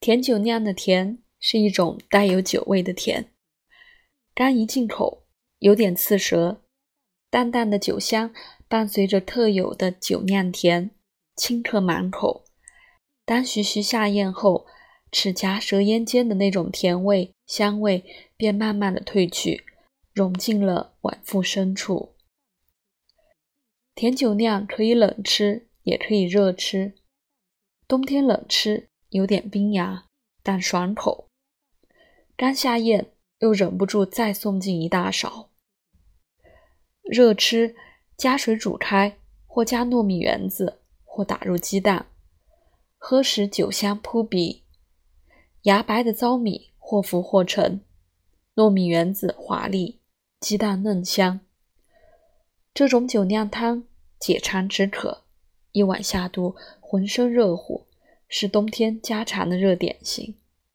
甜酒酿的甜是一种带有酒味的甜，刚一进口，有点刺舌，淡淡的酒香伴随着特有的酒酿甜，清澈满口。当徐徐下咽后，齿颊舌咽间的那种甜味、香味便慢慢的褪去，融进了脘腹深处。甜酒酿可以冷吃，也可以热吃。冬天冷吃有点冰牙，但爽口。刚下咽又忍不住再送进一大勺。热吃，加水煮开，或加糯米圆子，或打入鸡蛋。喝时酒香扑鼻，牙白的糙米或浮或沉，糯米圆子华丽，鸡蛋嫩香。这种酒酿汤解馋止渴，一碗下肚浑身热乎，是冬天家常的热点心。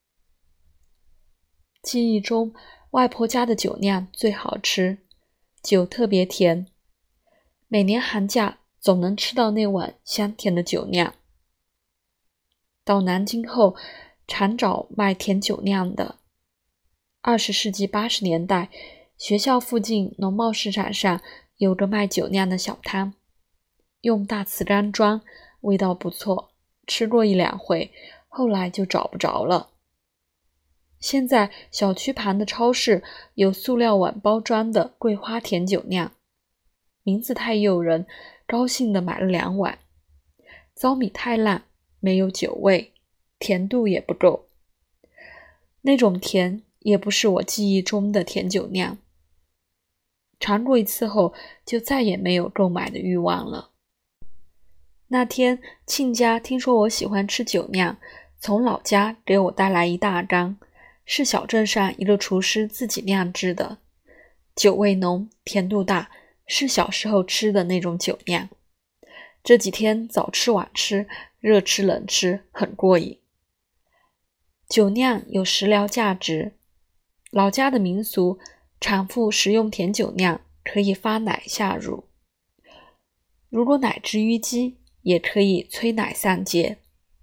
记忆中外婆家的酒酿最好吃，酒特别甜，每年寒假总能吃到那碗香甜的酒酿。到南京后常找卖甜酒酿的。20世纪80年代，学校附近农贸市场上有个卖酒酿的小摊，用大瓷缸装，味道不错，吃过1-2回，后来就找不着了。现在小区旁的超市有塑料碗包装的桂花甜酒酿，名字太诱人，高兴地买了2碗。糙米太烂，没有酒味，甜度也不够。那种甜也不是我记忆中的甜酒酿。尝过一次后，就再也没有购买的欲望了。那天亲家听说我喜欢吃酒酿，从老家给我带来一大缸，是小镇上一个厨师自己酿制的，酒味浓，甜度大，是小时候吃的那种酒酿。这几天早吃晚吃，热吃冷吃，很过瘾。酒酿有食疗价值，老家的民俗，产妇食用甜酒酿可以发奶下乳，如果奶汁淤积，也可以催奶散结。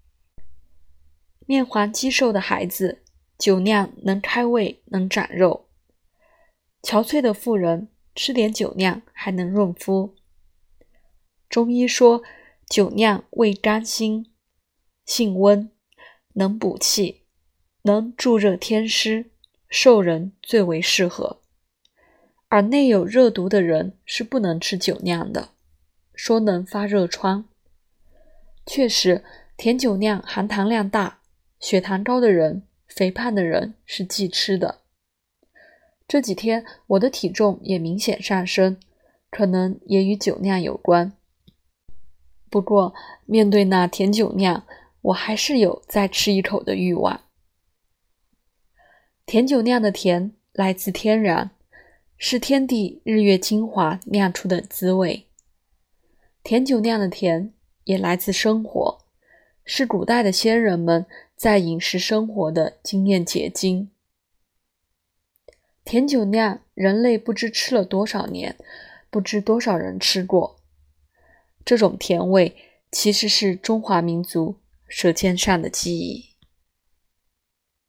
面黄肌瘦的孩子，酒酿能开胃，能长肉。憔悴的妇人吃点酒酿还能润肤。中医说酒酿味甘辛，性温，能补气，能助热添湿，瘦人最为适合。而内有热毒的人是不能吃酒酿的，说能发热疮。确实，甜酒酿含糖量大，血糖高的人、肥胖的人是忌吃的。这几天我的体重也明显上升，可能也与酒酿有关。不过，面对那甜酒酿，我还是有再吃一口的欲望。甜酒酿的甜来自天然，是天地日月精华酿出的滋味。甜酒酿的甜也来自生活，是古代的先人们在饮食生活的经验结晶。甜酒酿人类不知吃了多少年，不知多少人吃过。这种甜味其实是中华民族舌尖上的记忆。